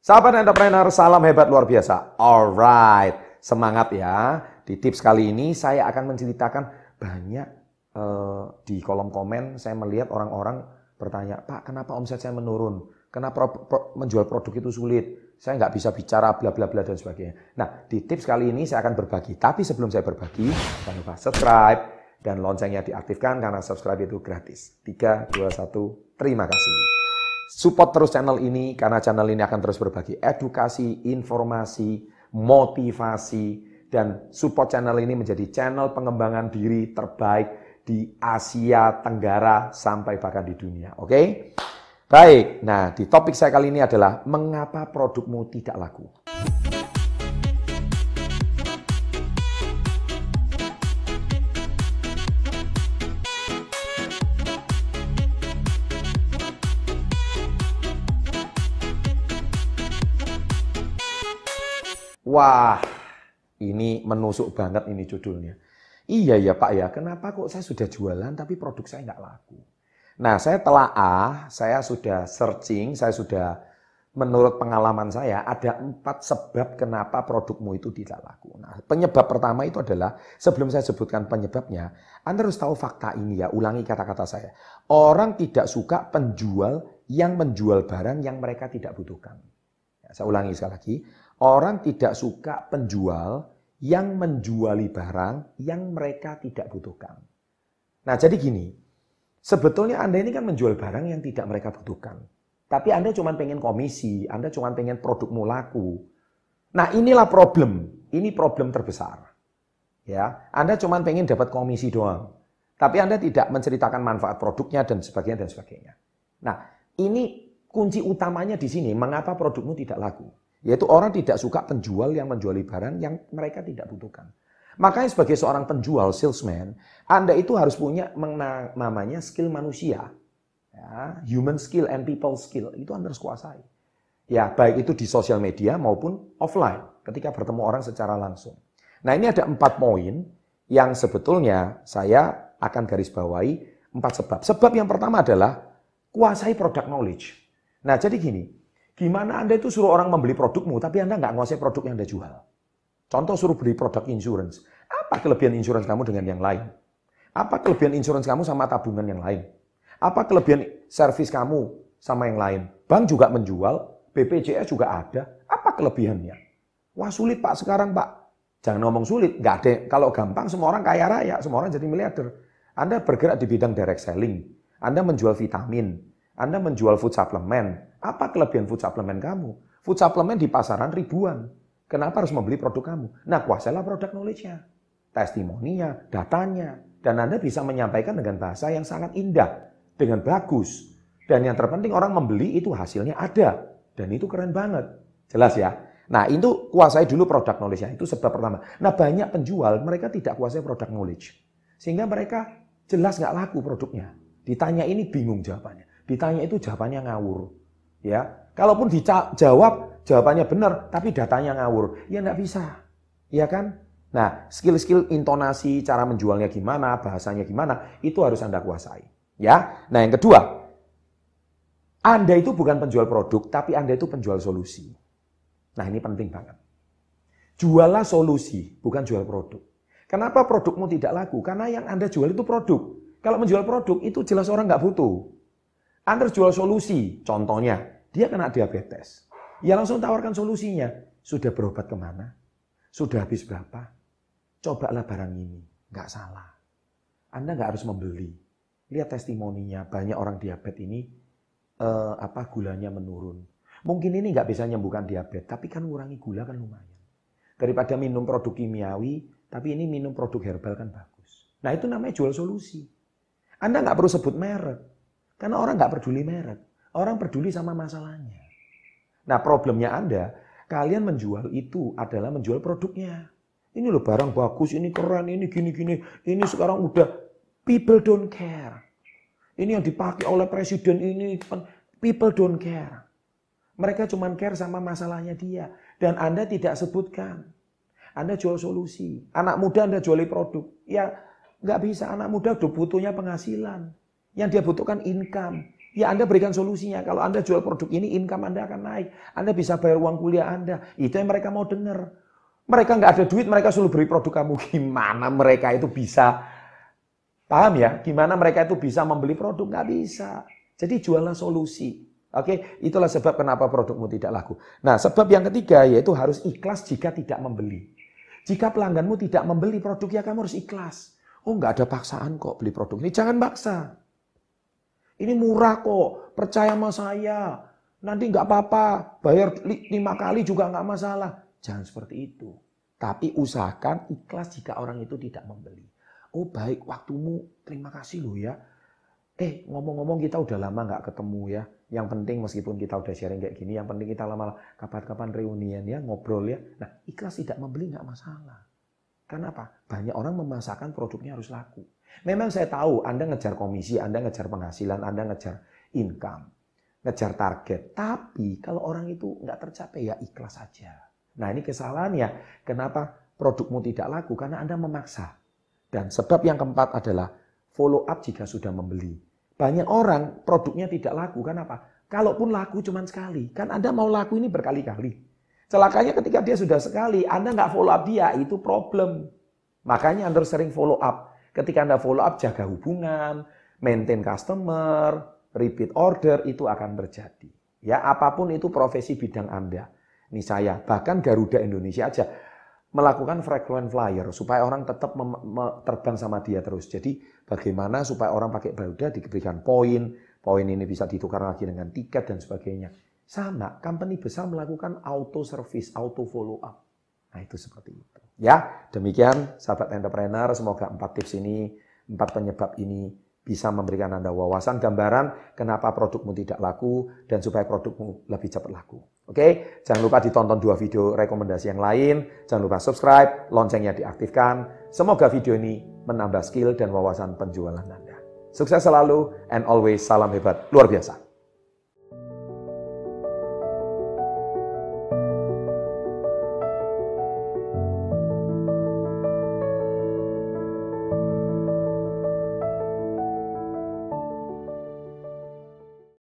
Sahabat entrepreneur, salam hebat luar biasa. Alright, semangat ya. Di tips kali ini saya akan menceritakan banyak di kolom komen saya melihat orang-orang bertanya, Pak, kenapa omset saya menurun? Kenapa menjual produk itu sulit? Saya nggak bisa bicara bla bla bla dan sebagainya. Nah, di tips kali ini saya akan berbagi. Tapi sebelum saya berbagi, jangan lupa subscribe dan loncengnya diaktifkan karena subscribe itu gratis. 3, 2, 1, terima kasih. Support terus channel ini karena channel ini akan terus berbagi edukasi, informasi, motivasi, dan support channel ini menjadi channel pengembangan diri terbaik di Asia Tenggara sampai bahkan di dunia. Oke? Baik, nah di topik saya kali ini adalah mengapa produkmu tidak laku. Wah, ini menusuk banget ini judulnya. Iya ya Pak ya, kenapa kok saya sudah jualan tapi produk saya nggak laku? Nah, saya telaah, saya sudah searching, saya sudah menurut pengalaman saya ada 4 sebab kenapa produkmu itu tidak laku. Nah, penyebab pertama itu adalah, sebelum saya sebutkan penyebabnya, Anda harus tahu fakta ini ya, ulangi kata-kata saya. Orang tidak suka penjual yang menjual barang yang mereka tidak butuhkan. Ya, saya ulangi sekali lagi. Orang tidak suka penjual yang menjuali barang yang mereka tidak butuhkan. Nah, jadi gini, sebetulnya Anda ini kan menjual barang yang tidak mereka butuhkan. Tapi Anda cuma pengen komisi, Anda cuma pengen produkmu laku. Nah, inilah problem. Ini problem terbesar. Ya, Anda cuma pengen dapat komisi doang. Tapi Anda tidak menceritakan manfaat produknya dan sebagainya dan sebagainya. Nah, ini kunci utamanya di sini, mengapa produkmu tidak laku. Yaitu orang tidak suka penjual yang menjuali barang yang mereka tidak butuhkan. Makanya sebagai seorang penjual, salesman, Anda itu harus punya namanya skill manusia. Ya, human skill and people skill, itu Anda harus kuasai. Ya, baik itu di sosial media maupun offline, ketika bertemu orang secara langsung. Nah, ini ada 4 poin yang sebetulnya saya akan garis bawahi 4 sebab. Sebab yang pertama adalah kuasai product knowledge. Nah, jadi gini. Gimana Anda itu suruh orang membeli produkmu, tapi Anda nggak nguasai produk yang Anda jual. Contoh suruh beli produk insurance. Apa kelebihan insurance kamu dengan yang lain? Apa kelebihan insurance kamu sama tabungan yang lain? Apa kelebihan servis kamu sama yang lain? Bank juga menjual, BPJS juga ada. Apa kelebihannya? Wah sulit Pak sekarang Pak. Jangan ngomong sulit, nggak ada. Kalau gampang semua orang kaya raya, semua orang jadi miliarder. Anda bergerak di bidang direct selling. Anda menjual vitamin. Anda menjual food supplement. Apa kelebihan food supplement kamu? Food supplement di pasaran ribuan. Kenapa harus membeli produk kamu? Nah, kuasailah produk knowledge-nya. Testimoninya, datanya. Dan Anda bisa menyampaikan dengan bahasa yang sangat indah. Dengan bagus. Dan yang terpenting orang membeli itu hasilnya ada. Dan itu keren banget. Jelas ya? Nah, itu kuasai dulu produk knowledge-nya. Itu sebab pertama. Nah, banyak penjual mereka tidak kuasai produk knowledge. Sehingga mereka jelas nggak laku produknya. Ditanya ini bingung jawabannya. Ditanya itu jawabannya ngawur. Ya, kalaupun dijawab jawabannya benar, tapi datanya ngawur, ya nggak bisa, ya kan? Nah, skill-skill intonasi, cara menjualnya gimana, bahasanya gimana, itu harus Anda kuasai. Ya, nah yang kedua, Anda itu bukan penjual produk, tapi Anda itu penjual solusi. Nah ini penting banget. Jualah solusi, bukan jual produk. Kenapa produkmu tidak laku? Karena yang Anda jual itu produk. Kalau menjual produk itu jelas orang nggak butuh. Anda harus jual solusi, contohnya, dia kena diabetes. Ya langsung tawarkan solusinya. Sudah berobat kemana? Sudah habis berapa? Cobalah barang ini, nggak salah. Anda nggak harus membeli. Lihat testimoninya, banyak orang diabetes ini gulanya menurun. Mungkin ini nggak bisa menyembuhkan diabetes, tapi kan ngurangi gula kan lumayan. Daripada minum produk kimiawi, tapi ini minum produk herbal kan bagus. Nah itu namanya jual solusi. Anda nggak perlu sebut merek. Karena orang nggak peduli merek. Orang peduli sama masalahnya. Nah problemnya Anda, kalian menjual itu adalah menjual produknya. Ini loh barang bagus, ini keren, ini gini-gini. Ini sekarang udah people don't care. Ini yang dipakai oleh presiden ini, people don't care. Mereka cuma care sama masalahnya dia. Dan Anda tidak sebutkan. Anda jual solusi. Anak muda Anda juali produk. Ya nggak bisa, anak muda butuhnya penghasilan. Yang dia butuhkan income. Ya Anda berikan solusinya. Kalau Anda jual produk ini, income Anda akan naik. Anda bisa bayar uang kuliah Anda. Itu yang mereka mau dengar. Mereka nggak ada duit, mereka suruh beri produk kamu. Gimana mereka itu bisa, paham ya? Gimana mereka itu bisa membeli produk? Nggak bisa. Jadi jualah solusi. Oke, itulah sebab kenapa produkmu tidak laku. Nah, sebab yang ketiga yaitu harus ikhlas jika tidak membeli. Jika pelangganmu tidak membeli produk, ya kamu harus ikhlas. Oh, nggak ada paksaan kok beli produk ini. Jangan paksa. Ini murah kok, percaya sama saya. Nanti nggak apa-apa, bayar 5 kali juga nggak masalah. Jangan seperti itu. Tapi usahakan ikhlas jika orang itu tidak membeli. Oh baik, waktumu terima kasih loh ya. Ngomong-ngomong kita udah lama nggak ketemu ya. Yang penting meskipun kita udah sharing kayak gini, yang penting kita lama kapan-kapan reunian ya, ngobrol ya. Nah ikhlas tidak membeli nggak masalah. Karena apa? Banyak orang memasakkan produknya harus laku. Memang saya tahu Anda ngejar komisi, Anda ngejar penghasilan, Anda ngejar income, ngejar target. Tapi kalau orang itu nggak tercapai ya ikhlas saja. Nah ini kesalahannya. Kenapa produkmu tidak laku? Karena Anda memaksa. Dan sebab yang keempat adalah follow up jika sudah membeli. Banyak orang produknya tidak laku. Kenapa? Kalaupun laku cuma sekali. Kan Anda mau laku ini berkali-kali. Celakanya ketika dia sudah sekali, Anda nggak follow up dia, itu problem. Makanya Anda harus sering follow up. Ketika Anda follow up, jaga hubungan, maintain customer, repeat order, itu akan terjadi. Ya, apapun itu profesi bidang Anda. Ini saya, bahkan Garuda Indonesia aja melakukan frequent flyer supaya orang tetap terbang sama dia terus. Jadi bagaimana supaya orang pakai Garuda diberikan poin ini bisa ditukar lagi dengan tiket dan sebagainya. Sama, company besar melakukan auto service, auto follow up. Nah itu seperti itu. Ya, demikian sahabat entrepreneur, semoga 4 tips ini, 4 penyebab ini bisa memberikan Anda wawasan, gambaran kenapa produkmu tidak laku dan supaya produkmu lebih cepat laku. Oke, jangan lupa ditonton 2 video rekomendasi yang lain, jangan lupa subscribe, loncengnya diaktifkan. Semoga video ini menambah skill dan wawasan penjualan Anda. Sukses selalu and always salam hebat luar biasa.